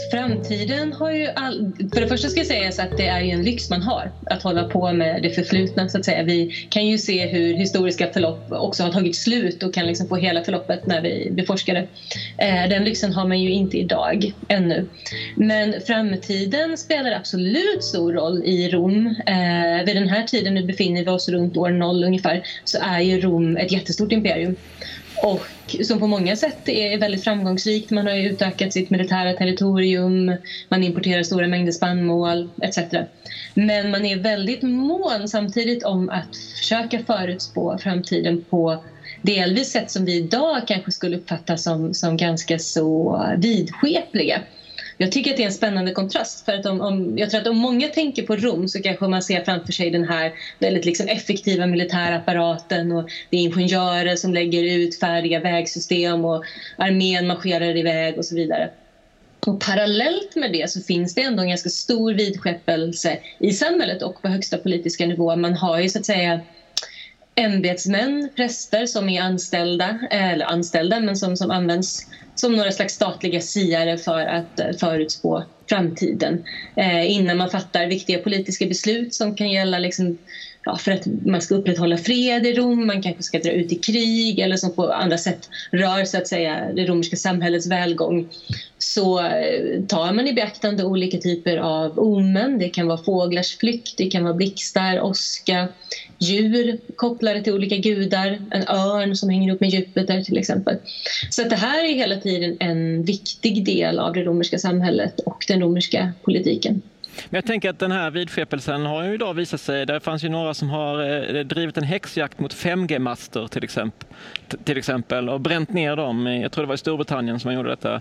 Framtiden har ju för det första ska jag säga så att det är ju en lyx man har att hålla på med det förflutna så att säga. Vi kan ju se hur historiska förlopp också har tagit slut och kan liksom få hela förloppet när vi beforskar det. Den lyxen har man ju inte idag ännu. Men framtiden spelar absolut stor roll i Rom. Vid den här tiden, nu befinner vi oss runt år 0 ungefär, så är ju Rom ett jättestort imperium. Och som på många sätt är väldigt framgångsrikt. Man har ju utökat sitt militära territorium, man importerar stora mängder spannmål etc. Men man är väldigt mån samtidigt om att försöka förutspå framtiden på delvis sätt som vi idag kanske skulle uppfatta som ganska så vidskepliga. Jag tycker att det är en spännande kontrast för att jag tror att om många tänker på Rom så kanske man ser framför sig den här väldigt liksom effektiva militärapparaten och det är ingenjörer som lägger ut färdiga vägsystem och armén marscherar iväg och så vidare. Och parallellt med det så finns det ändå en ganska stor vidskepelse i samhället och på högsta politiska nivå. Man har ju så att säga ämbetsmän, präster som är anställda men som används som några slags statliga siare för att förutspå framtiden. Innan man fattar viktiga politiska beslut som kan gälla liksom, för att man ska upprätthålla fred i Rom, man kanske ska dra ut i krig eller som på andra sätt rör så att säga det romerska samhällets välgång, så tar man i beaktande olika typer av omen. Det kan vara fåglars flykt, det kan vara blixtar, åska, djur kopplade till olika gudar, en örn som hänger ihop med Jupiter till exempel. Så att det här är hela tiden en viktig del av det romerska samhället och den romerska politiken. Men jag tänker att den här vidskepelsen har ju idag visat sig, det fanns ju några som har drivit en häxjakt mot 5G-master till exempel och bränt ner dem. Jag tror det var i Storbritannien som man gjorde detta.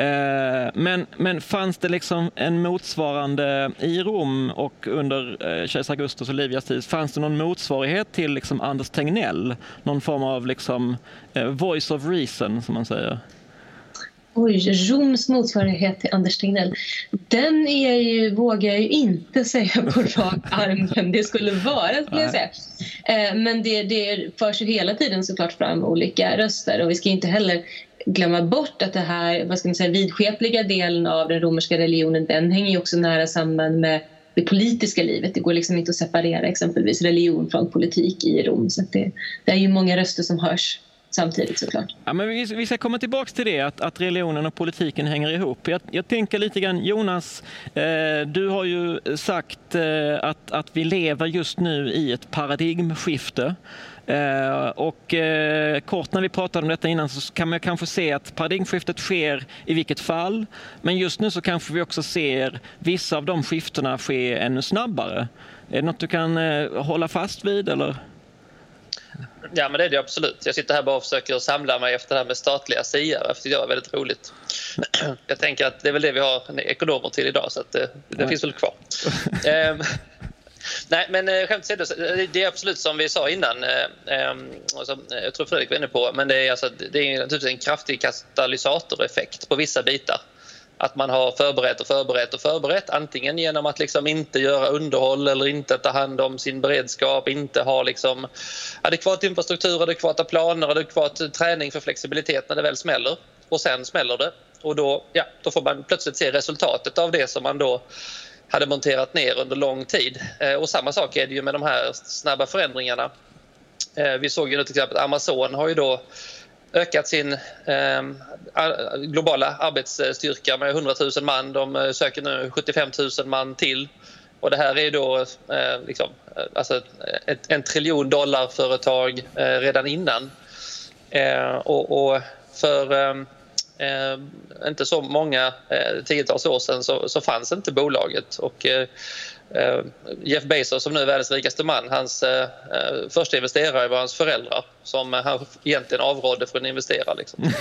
Men fanns det liksom en motsvarande i Rom och under kejsar Augustus och Livias tid, fanns det någon motsvarighet till liksom Anders Tegnell? Någon form av liksom voice of reason som man säger? Oj, Roms motsvarighet till Anders Tegnell. Den vågar jag ju inte säga på rak arm vem det skulle vara, skulle jag säga. Men det förs ju hela tiden såklart fram olika röster och vi ska inte heller glömma bort att det här, vidskepliga delen av den romerska religionen, den hänger ju också nära samman med det politiska livet. Det går liksom inte att separera exempelvis religion från politik i Rom, så att det är ju många röster som hörs samtidigt såklart. Ja, men vi ska komma tillbaka till det, att religionen och politiken hänger ihop. Jag tänker lite grann, Jonas, du har ju sagt att vi lever just nu i ett paradigmskifte. Och kort när vi pratade om detta innan så kan man kanske se att paradigmskiftet sker i vilket fall. Men just nu så kanske vi också ser vissa av de skiftena ske ännu snabbare. Är det något du kan hålla fast vid eller? Ja, men det är det absolut. Jag sitter här bara och försöker samla mig efter det här med statliga siare, för det är väldigt roligt. Jag tänker att det är väl det vi har ekonomer till idag, så att det finns väl kvar. Nej, men skämt åsido, det är absolut som vi sa innan, och som jag tror Fredrik var inne på, men det är naturligtvis en kraftig katalysatoreffekt på vissa bitar. Att man har förberett, antingen genom att liksom inte göra underhåll eller inte ta hand om sin beredskap, inte ha liksom adekvat infrastruktur, adekvata planer, adekvat träning för flexibilitet när det väl smäller. Och sen smäller det. Och då får man plötsligt se resultatet av det som man då hade monterat ner under lång tid. Och samma sak är det ju med de här snabba förändringarna. Vi såg ju nu till exempel att Amazon har ju då ökat sin globala arbetsstyrka med 100 000 man. De söker nu 75 000 man till. Och det här är då ett $1 trillion företag redan innan. Och för inte så många tiotals år sedan så fanns inte bolaget. Och Jeff Bezos, som nu är världens rikaste man, hans första investerare var hans föräldrar som han egentligen avrådde från att investera liksom.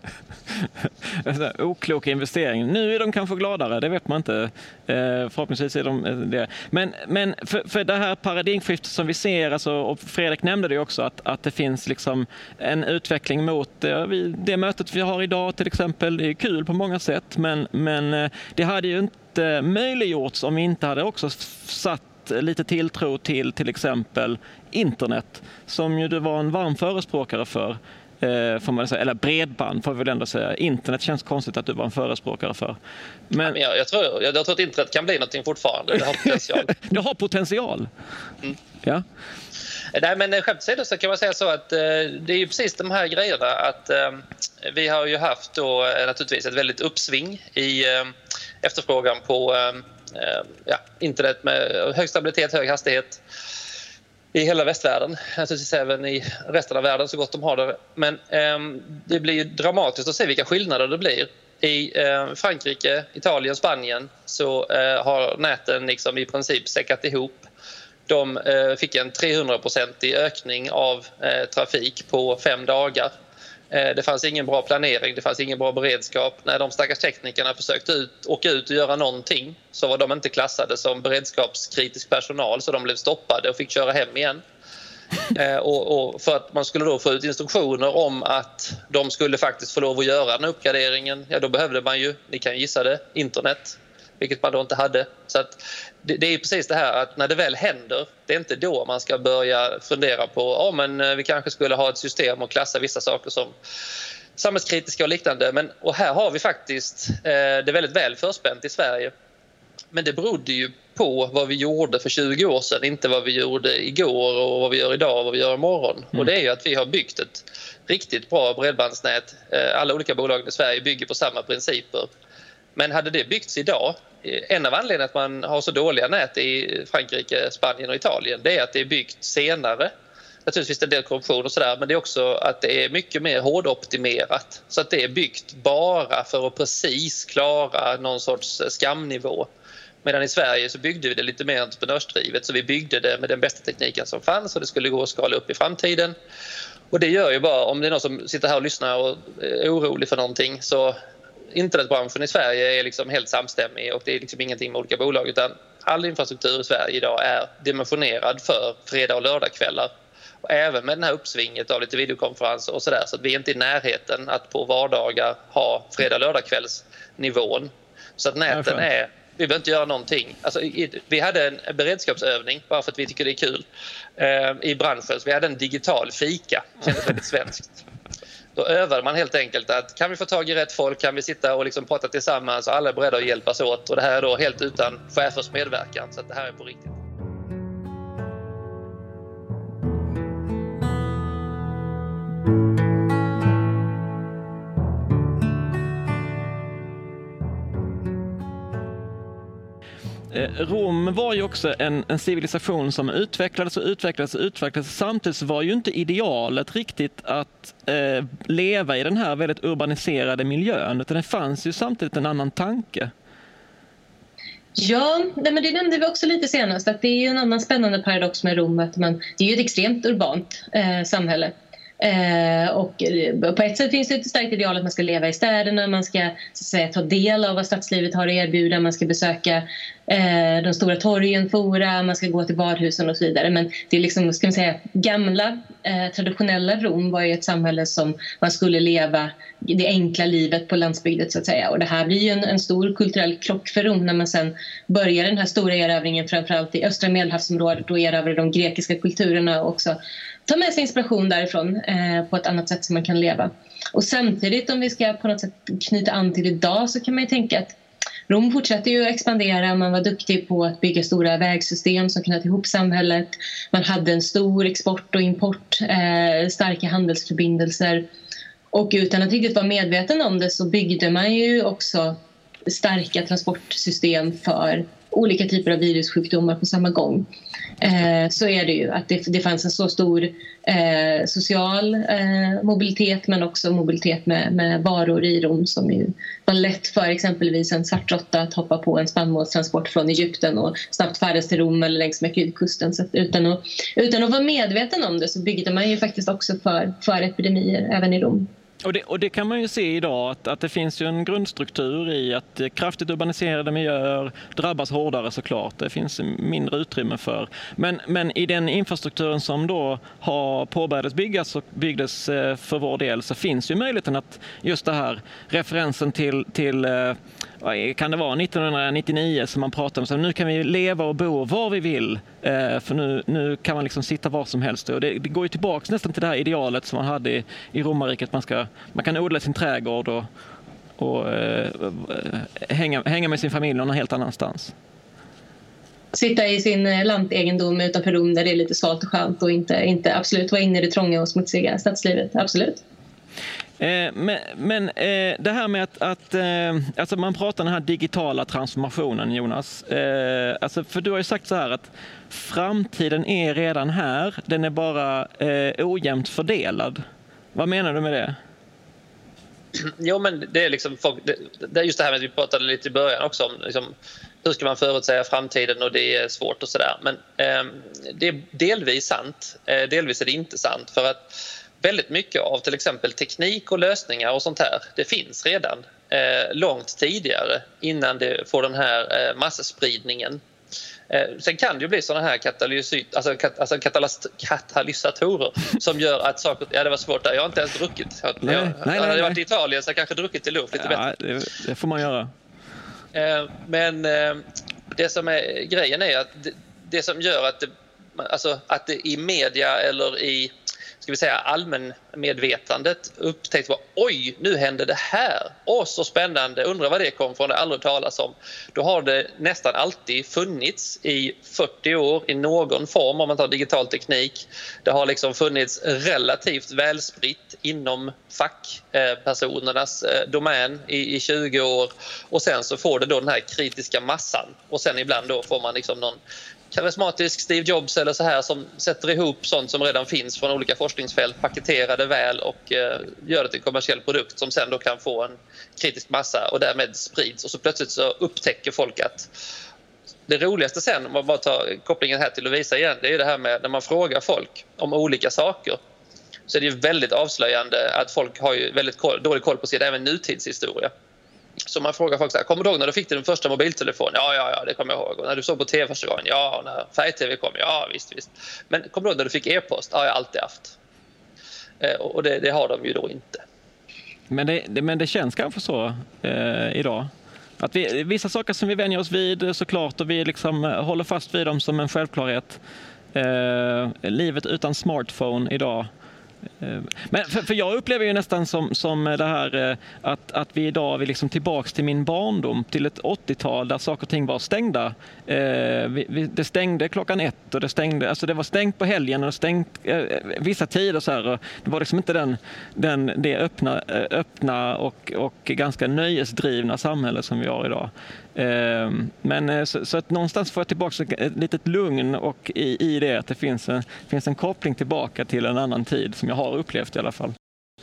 Oklok investering. Nu är de kanske gladare, det vet man inte. Förhoppningsvis är de det. Men för det här paradigmskiftet som vi ser, alltså, och Fredrik nämnde det också, att det finns liksom en utveckling mot det mötet vi har idag till exempel. Det är kul på många sätt, men det hade ju inte möjliggjorts om vi inte hade också satt lite tilltro till exempel internet, som ju du var en varm förespråkare för. får man säga, eller bredband får vi väl ändå säga. Internet känns konstigt att du var en förespråkare för. Men jag tror att internet kan bli någonting fortfarande. Det har potential. Det har potential. Ja. Nej, men skämt åsido så kan man säga så att det är ju precis de här grejerna att vi har ju haft då naturligtvis ett väldigt uppsving i efterfrågan på internet med hög stabilitet, hög hastighet i hela västvärlden, naturligtvis även i resten av världen så gott de har det. Men det blir ju dramatiskt att se vilka skillnader det blir. I Frankrike, Italien, Spanien så har näten liksom i princip säckat ihop. De fick en 300% ökning av trafik på 5 dagar. Det fanns ingen bra planering, det fanns ingen bra beredskap. När de stackars teknikerna försökte åka ut och göra någonting så var de inte klassade som beredskapskritisk personal så de blev stoppade och fick köra hem igen. Och för att man skulle då få ut instruktioner om att de skulle faktiskt få lov att göra den uppgraderingen, då behövde man ju, ni kan gissa det, internet. Vilket man då inte hade. Så att det är precis det här att när det väl händer, det är inte då man ska börja fundera på men vi kanske skulle ha ett system och klassa vissa saker som samhällskritiska och liknande. Och här har vi faktiskt det väldigt väl förspänt i Sverige. Men det berodde ju på vad vi gjorde för 20 år sedan, inte vad vi gjorde igår och vad vi gör idag och vad vi gör imorgon. Och det är ju att vi har byggt ett riktigt bra bredbandsnät. Alla olika bolag i Sverige bygger på samma principer. Men hade det byggts idag, en av anledningarna att man har så dåliga nät i Frankrike, Spanien och Italien, det är att det är byggt senare. Naturligtvis är det en del korruption och sådär, men det är också att det är mycket mer hårdoptimerat. Så att det är byggt bara för att precis klara någon sorts skamnivå. Medan i Sverige så byggde vi det lite mer entreprenörsdrivet, så vi byggde det med den bästa tekniken som fanns och det skulle gå att skala upp i framtiden. Och det gör ju bara, om det är någon som sitter här och lyssnar och är orolig för någonting, så internetbranschen i Sverige är liksom helt samstämmig och det är liksom ingenting med olika bolag, utan all infrastruktur i Sverige idag är dimensionerad för fredag- och lördagskvällar. Och även med den här uppsvinget av lite videokonferenser och sådär, så att vi är inte i närheten att på vardagar ha fredag- och lördagskvällsnivån. Så att näten är, vi behöver inte göra någonting. Alltså, vi hade en beredskapsövning bara för att vi tycker det är kul i branschen. Så vi hade en digital fika, kändes väldigt svenskt. Då övade man helt enkelt att kan vi få tag i rätt folk, kan vi sitta och liksom prata tillsammans och alla är beredda att hjälpas åt. Och det här är då helt utan chefers medverkan, så att det här är på riktigt. Rom var ju också en civilisation som utvecklades. Samtidigt var ju inte idealet riktigt att leva i den här väldigt urbaniserade miljön, utan det fanns ju samtidigt en annan tanke. Ja, men det nämnde vi också lite senast, att det är en annan spännande paradox med Rom, att det är ju ett extremt urbant samhälle. Och på ett sätt finns det ett starkt ideal att man ska leva i städerna, man ska så att säga, ta del av vad stadslivet har att erbjuda, man ska besöka de stora torgen, fora, man ska gå till badhusen och så vidare. Men det är liksom, ska man säga, gamla traditionella Rom var ju ett samhälle som man skulle leva det enkla livet på landsbygden så att säga. Och det här blir ju en stor kulturell krock för Rom när man sen börjar den här stora erövringen framförallt i östra Medelhavsområdet och erövrar de grekiska kulturerna och också ta med sig inspiration därifrån på ett annat sätt som man kan leva. Och samtidigt, om vi ska på något sätt knyta an till idag, så kan man ju tänka att Rom fortsatte ju att expandera. Man var duktig på att bygga stora vägsystem som knöt ihop samhället. Man hade en stor export och import, starka handelsförbindelser. Och utan att riktigt vara medveten om det så byggde man ju också starka transportsystem för olika typer av virussjukdomar på samma gång. Så är det ju att det fanns en så stor social mobilitet, men också mobilitet med varor i Rom som ju var lätt för exempelvis en svartråtta att hoppa på en spannmålstransport från Egypten och snabbt färdas till Rom eller längs med Kridkusten. Så utan att vara medveten om det så byggde man ju faktiskt också för epidemier även i Rom. Och det kan man ju se idag att det finns ju en grundstruktur i att kraftigt urbaniserade miljöer drabbas hårdare såklart. Det finns mindre utrymme för. Men i den infrastrukturen som då har påbörjats byggas och byggdes för vår del så finns ju möjligheten att just det här referensen till kan det vara 1999 som man pratar om så nu kan vi leva och bo var vi vill, för nu kan man liksom sitta var som helst. Och det går ju tillbaka nästan till det här idealet som man hade i romarriket. Man kan odla sin trädgård och hänga med sin familj någon helt annanstans. Sitta i sin lantegendom utanför Rom där det är lite svalt och skönt och inte absolut vara inne i det trånga och smutsiga stadslivet, absolut. Men det här med att alltså man pratar om den här digitala transformationen, Jonas. Alltså för du har ju sagt så här att framtiden är redan här, den är bara ojämnt fördelad. Vad menar du med det? Jo, men det är liksom det är just det här med att vi pratade lite i början också om liksom, hur ska man förutsäga framtiden och det är svårt och sådär. Men det är delvis sant, delvis är det inte sant, för att väldigt mycket av till exempel teknik och lösningar och sånt här, det finns redan långt tidigare innan det får den här masspridningen. Sen kan det ju bli sådana här katalysatorer som gör att saker... Ja, det var svårt där. Jag har inte ens druckit. Jag hade varit i Italien så jag kanske druckit i luft lite bättre. Det får man göra. Men det som är grejen är att det som gör att det i media eller i allmänmedvetandet upptäckt var oj, nu händer det här. Så spännande, undrar vad det kom från, det aldrig talas om. Då har det nästan alltid funnits i 40 år i någon form om man tar digital teknik. Det har liksom funnits relativt välspritt inom fackpersonernas domän i 20 år och sen så får det då den här kritiska massan och sen ibland då får man liksom någon karismatisk Steve Jobs eller så här som sätter ihop sånt som redan finns från olika forskningsfält, paketerar det väl och gör det till en kommersiell produkt som sen då kan få en kritisk massa och därmed sprids och så plötsligt så upptäcker folk att det roligaste sen, om man bara tar kopplingen här till att visa igen, det är det här med när man frågar folk om olika saker så är det ju väldigt avslöjande att folk har ju väldigt dålig koll på sin även nutidshistoria. Så man frågar folk så här, kommer du ihåg när du fick din första mobiltelefon? Ja, det kommer jag ihåg. Och när du såg på tv första gången? Ja, när färg-tv kom? Ja, visst. Men kommer du ihåg när du fick e-post? Ja, jag har alltid haft. Och det har de ju då inte. Men det känns kanske så idag. Att vissa saker som vi vänjer oss vid såklart och vi liksom håller fast vid dem som en självklarhet. Livet utan smartphone idag. Men för jag upplever ju nästan som det här att vi idag är liksom tillbaks till min barndom, till ett 80-tal där saker och ting var stängda. Det stängde klockan 1 och det var stängt på helgen och stängt vissa tider så här. Det var liksom inte det öppna och ganska nöjesdrivna samhälle som vi har idag. Men så att någonstans får jag tillbaka ett litet lugn och i det att det finns en koppling tillbaka till en annan tid som jag har upplevt i alla fall.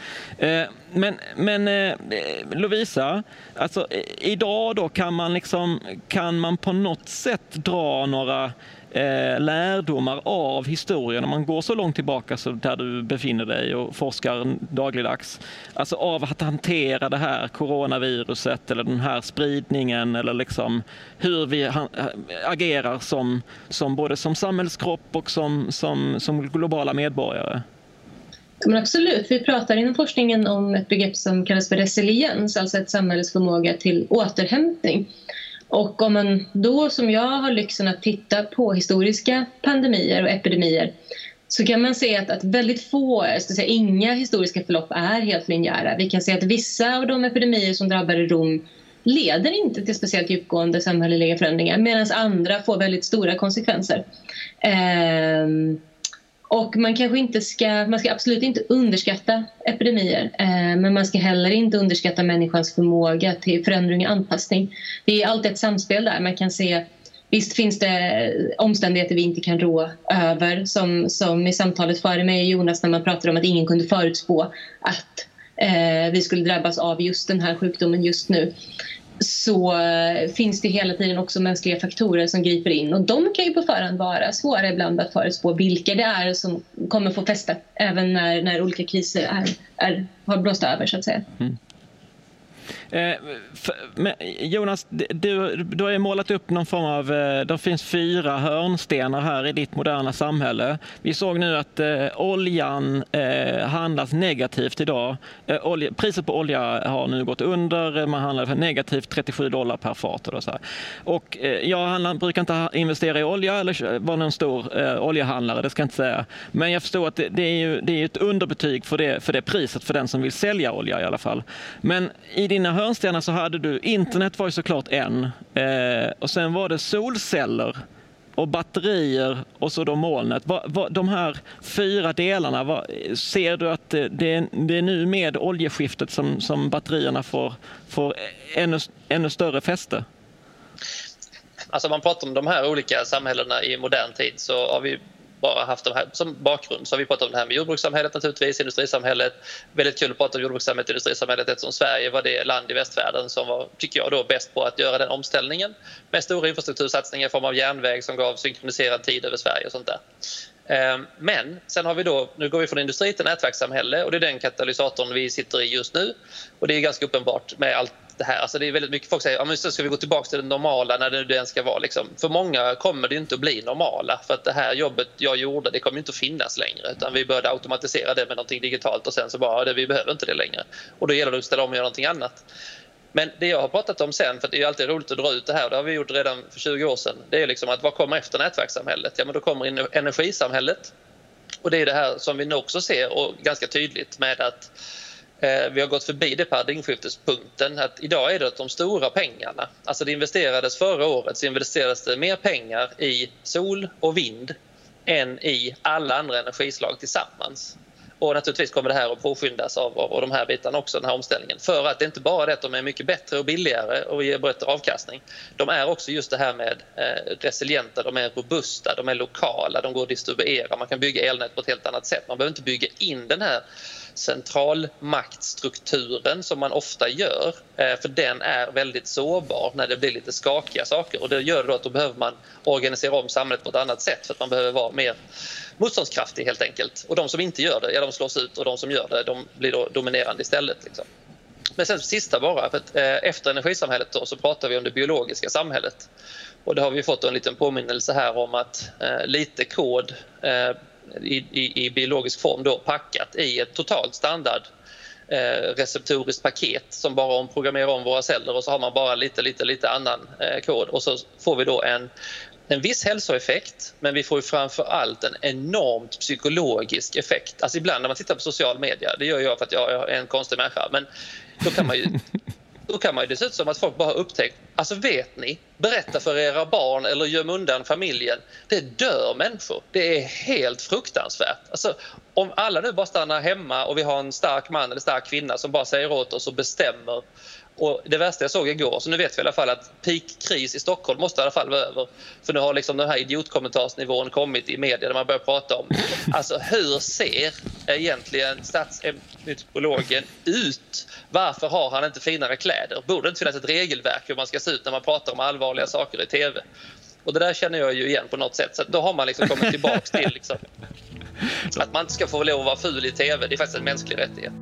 Men Lovisa, alltså idag då kan man på något sätt dra några lärdomar av historien om man går så långt tillbaka så där du befinner dig och forskar dagligdags, alltså av att hantera det här coronaviruset eller den här spridningen eller liksom hur vi agerar som både som samhällskropp och som globala medborgare. Men absolut, vi pratar inom forskningen om ett begrepp som kallas för resiliens, alltså ett samhälles förmåga till återhämtning. Och om man då som jag har lyxen att titta på historiska pandemier och epidemier så kan man se att väldigt få, inga historiska förlopp är helt linjära. Vi kan se att vissa av de epidemier som drabbade Rom leder inte till speciellt djupgående samhälleliga förändringar medan andra får väldigt stora konsekvenser. Och man ska absolut inte underskatta epidemier, men man ska heller inte underskatta människans förmåga till förändring och anpassning. Det är alltid ett samspel där. Man kan se, visst finns det omständigheter vi inte kan rå över, som i samtalet före mig Jonas när man pratade om att ingen kunde förutspå att vi skulle drabbas av just den här sjukdomen just nu. Så finns det hela tiden också mänskliga faktorer som griper in. Och de kan ju på förhand vara svåra ibland att förutspå vilka det är som kommer få fäste. Även när olika kriser har blåst över så att säga. Jonas, du har ju målat upp någon form av, det finns 4 hörnstenar här i ditt moderna samhälle. Vi såg nu att oljan handlas negativt idag. Priset på olja har nu gått under, man handlar för negativt $37 per fat. Och så här. Och jag brukar inte investera i olja eller vara någon stor oljehandlare, det ska jag inte säga. Men jag förstår att det är ett underbetyg för det priset för den som vill sälja olja i alla fall. Men i dina hörnstenar så hade du, internet var ju såklart och sen var det solceller och batterier och så då molnet. De här 4 delarna, ser du att det är nu med oljeskiftet som batterierna får ännu större fäste? Alltså om man pratar om de här olika samhällena i modern tid så har vi bara haft de här som bakgrund. Så har vi pratat om det här med jordbrukssamhället naturligtvis, industrisamhället. Väldigt kul att prata om jordbrukssamhället och industrisamhället eftersom Sverige var det land i västvärlden som var, tycker jag, då bäst på att göra den omställningen med stora infrastruktursatsningar i form av järnväg som gav synkroniserad tid över Sverige och sånt där. Men sen har vi nu går vi från industri till nätverkssamhälle och det är den katalysatorn vi sitter i just nu. Och det är ganska uppenbart med allt det här. Alltså det är väldigt mycket folk säger, ja men så ska vi gå tillbaka till det normala när det den ska vara. Liksom. För många kommer det inte att bli normala för att det här jobbet jag gjorde, det kommer inte att finnas längre. Utan vi började automatisera det med någonting digitalt och sen så bara, vi behöver inte det längre. Och då gäller det att ställa om och göra någonting annat. Men det jag har pratat om sen, för det är ju alltid roligt att dra ut det här, det har vi gjort redan för 20 år sedan, det är liksom att vad kommer efter nätverkssamhället? Ja men då kommer energisamhället. Och det är det här som vi nu också ser och ganska tydligt med att vi har gått förbi det paradigmskiftespunkten att idag är det att de stora pengarna, alltså det investerades förra året så investerades det mer pengar i sol och vind än i alla andra energislag tillsammans. Och naturligtvis kommer det här att påskyndas av de här bitarna också, den här omställningen. För att det inte bara är att de är mycket bättre och billigare och ger bättre avkastning. De är också just det här med resilienta, de är robusta, de är lokala, de går att distribuera. Man kan bygga elnät på ett helt annat sätt. Man behöver inte bygga in den här centralmaktstrukturen som man ofta gör. För den är väldigt sårbar när det blir lite skakiga saker. Och det gör då att då behöver man organisera om samhället på ett annat sätt för att man behöver vara mer motståndskraftig helt enkelt. Och de som inte gör det, ja, de slås ut och de som gör det, de blir då dominerande istället. Liksom. Men sen sista bara, för att efter energisamhället då, så pratar vi om det biologiska samhället. Och det har vi fått en liten påminnelse här om att lite kod i biologisk form då packat i ett totalt standard receptoriskt paket som bara omprogrammerar om våra celler och så har man bara lite annan kod och så får vi då en viss hälsoeffekt, men vi får ju framför allt en enormt psykologisk effekt. Alltså ibland när man tittar på social media, det gör jag för att jag är en konstig människa, men då kan man ju dessutom som att folk bara har upptäckt, alltså vet ni, berätta för era barn eller göm undan familjen, det dör människor. Det är helt fruktansvärt. Alltså, om alla nu bara stannar hemma och vi har en stark man eller stark kvinna som bara säger åt oss och bestämmer. Och det värsta jag såg igår, så nu vet vi i alla fall att peakkris i Stockholm måste i alla fall vara över. För nu har liksom den här idiotkommentarsnivån kommit i media där man börjar prata om alltså hur ser egentligen statsepidemiologen ut? Varför har han inte finare kläder? Borde det inte finnas ett regelverk hur man ska se ut när man pratar om allvarliga saker i tv? Och det där känner jag ju igen på något sätt. Så då har man liksom kommit tillbaka till liksom, att man inte ska få lov att vara ful i tv. Det är faktiskt en mänsklig rättighet.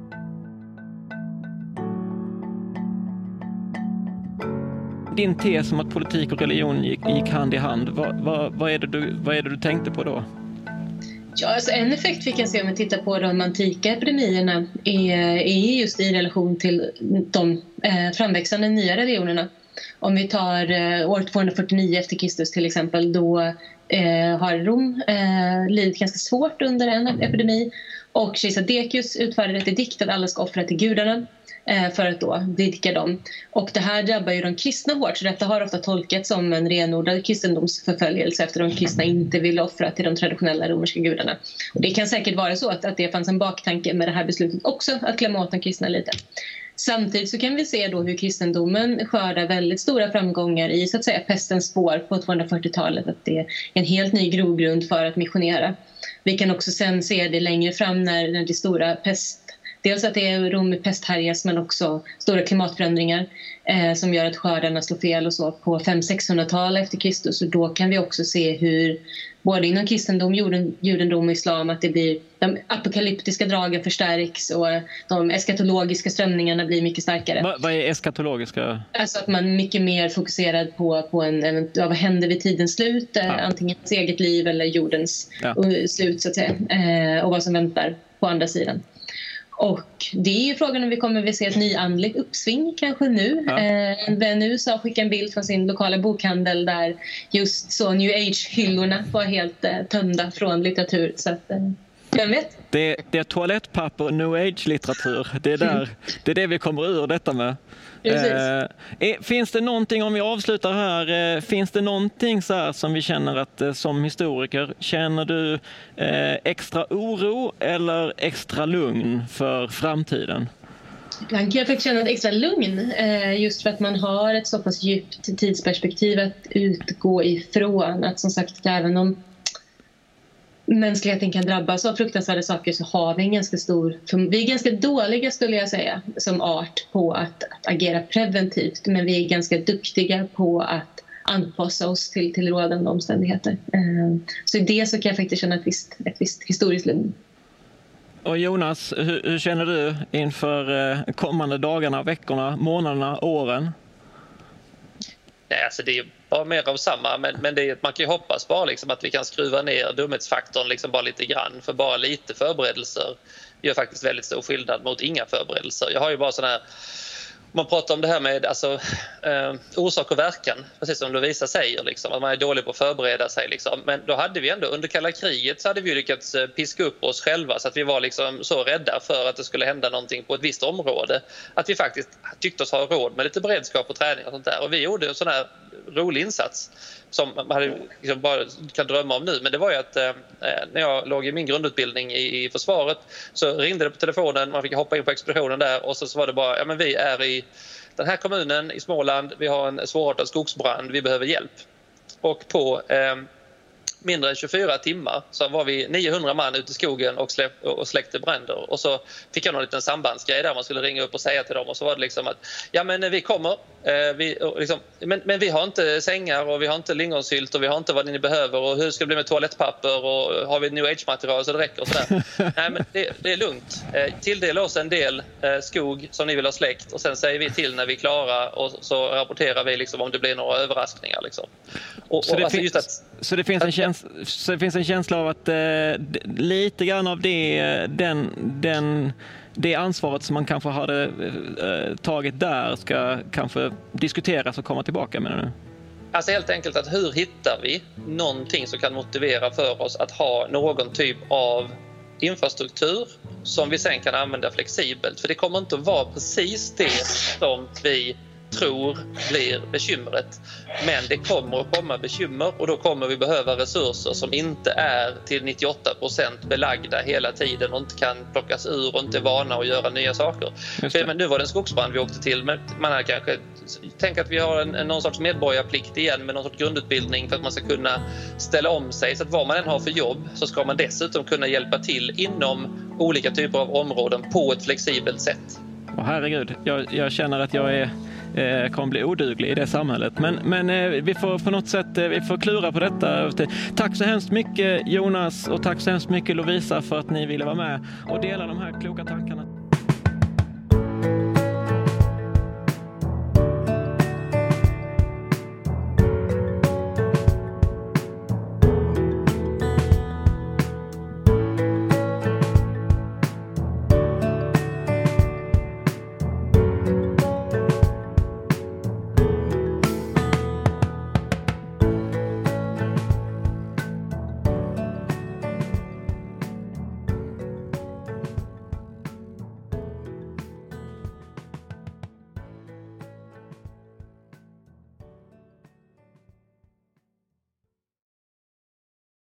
Din tes om att politik och religion gick hand i hand, vad är det du tänkte på då? Ja, alltså en effekt vi kan se om vi tittar på de antika epidemierna är just i relation till de framväxande nya religionerna. Om vi tar år 249 efter Kristus till exempel, då har Rom lidit ganska svårt under en epidemi och kejsar Decius utfärdade ett edikt att alla ska offra till gudarna för att då vidga dem. Och det här drabbar ju de kristna hårt, så detta har ofta tolkats som en renodlad kristendomsförföljelse efter de kristna inte vill offra till de traditionella romerska gudarna. Och det kan säkert vara så att det fanns en baktanke med det här beslutet också, att klämma åt de kristna lite. Samtidigt så kan vi se då hur kristendomen skördar väldigt stora framgångar i så att säga pestens spår på 240-talet, att det är en helt ny grogrund för att missionera. Vi kan också sen se det längre fram när det stora dels att det är Rom med pesthärjas men också stora klimatförändringar som gör att skördarna slår fel och så på 500-600-talet efter Kristus. Och då kan vi också se hur både inom kristendom, judendom och islam, att det blir, de apokalyptiska dragen förstärks och de eskatologiska strömningarna blir mycket starkare. Vad är eskatologiska? Alltså att man är mycket mer fokuserad på vad händer vid tidens slut, antingen ens eget liv eller jordens slut så att säga, och vad som väntar på andra sidan. Och det är ju frågan om vi kommer att se ett nyandligt uppsving kanske nu. En vän i USA skickade en bild från sin lokala bokhandel där just så New Age-hyllorna var helt tömda från litteratur. Så att, vem vet? Det är toalettpapper och New Age-litteratur. Det är det vi kommer ur detta med. Finns det någonting, om vi avslutar här, finns det någonting så här som vi känner att som historiker, känner du extra oro eller extra lugn för framtiden? Jag kan faktiskt känna ett extra lugn just för att man har ett så pass djupt tidsperspektiv att utgå ifrån. Att som sagt, även om mänskligheten kan drabbas av fruktansvärda saker så har vi vi är ganska dåliga skulle jag säga som art på att agera preventivt, men vi är ganska duktiga på att anpassa oss till rådande omständigheter. Så i det så kan jag faktiskt känna ett visst historiskt lugn. Och Jonas, hur känner du inför kommande dagarna, veckorna, månaderna, åren? Nej, alltså det är bara mer av samma, men man kan ju hoppas bara liksom att vi kan skruva ner dumhetsfaktorn liksom bara lite grann, för bara lite förberedelser gör faktiskt väldigt stor skillnad mot inga förberedelser. Jag har ju bara sån här, man pratar om det här med orsak och verkan, precis som Lovisa säger, liksom, att man är dålig på att förbereda sig. Liksom. Men då hade vi ändå, under kalla kriget så hade vi lyckats piska upp oss själva så att vi var liksom så rädda för att det skulle hända någonting på ett visst område att vi faktiskt tyckte oss ha råd med lite beredskap och träning och sånt där. Och vi gjorde en sån här rolig insats som man hade liksom bara kan drömma om nu. Men det var ju att när jag låg i min grundutbildning i försvaret så ringde det på telefonen, man fick hoppa in på expeditionen där och så var det bara, men vi är i den här kommunen i Småland, vi har en svårartad skogsbrand, vi behöver hjälp. Och på mindre än 24 timmar så var vi 900 man ute i skogen och släckte bränder. Och så fick jag någon liten sambandsgrej där man skulle ringa upp och säga till dem. Och så var det liksom att, men vi kommer. Men vi har inte sängar och vi har inte lingonsylt och vi har inte vad ni behöver. Och hur ska det bli med toalettpapper och har vi New Age-material så det räcker och sådär. Nej, men det är lugnt. Tilldela oss en del skog som ni vill ha släckt och sen säger vi till när vi är klara och så rapporterar vi liksom om det blir några överraskningar. Liksom. Så det finns en känsla av att lite grann av det ansvaret som man kanske hade tagit där ska kanske diskuteras och komma tillbaka med nu? Alltså helt enkelt att hur hittar vi någonting som kan motivera för oss att ha någon typ av infrastruktur som vi sen kan använda flexibelt. För det kommer inte att vara precis det som vi tror blir bekymret. Men det kommer att komma bekymmer och då kommer vi behöva resurser som inte är till 98% belagda hela tiden och inte kan plockas ur och inte är vana att göra nya saker. Men nu var det en skogsbrand vi åkte till, men man har kanske tänkt att vi har någon sorts medborgarplikt igen med någon sorts grundutbildning för att man ska kunna ställa om sig så att vad man än har för jobb så ska man dessutom kunna hjälpa till inom olika typer av områden på ett flexibelt sätt. Herregud, jag känner att jag kommer bli oduglig i det samhället. Men vi får på något sätt vi får klura på detta. Tack så hemskt mycket Jonas och tack så hemskt mycket Lovisa för att ni ville vara med och dela de här kloka tankarna.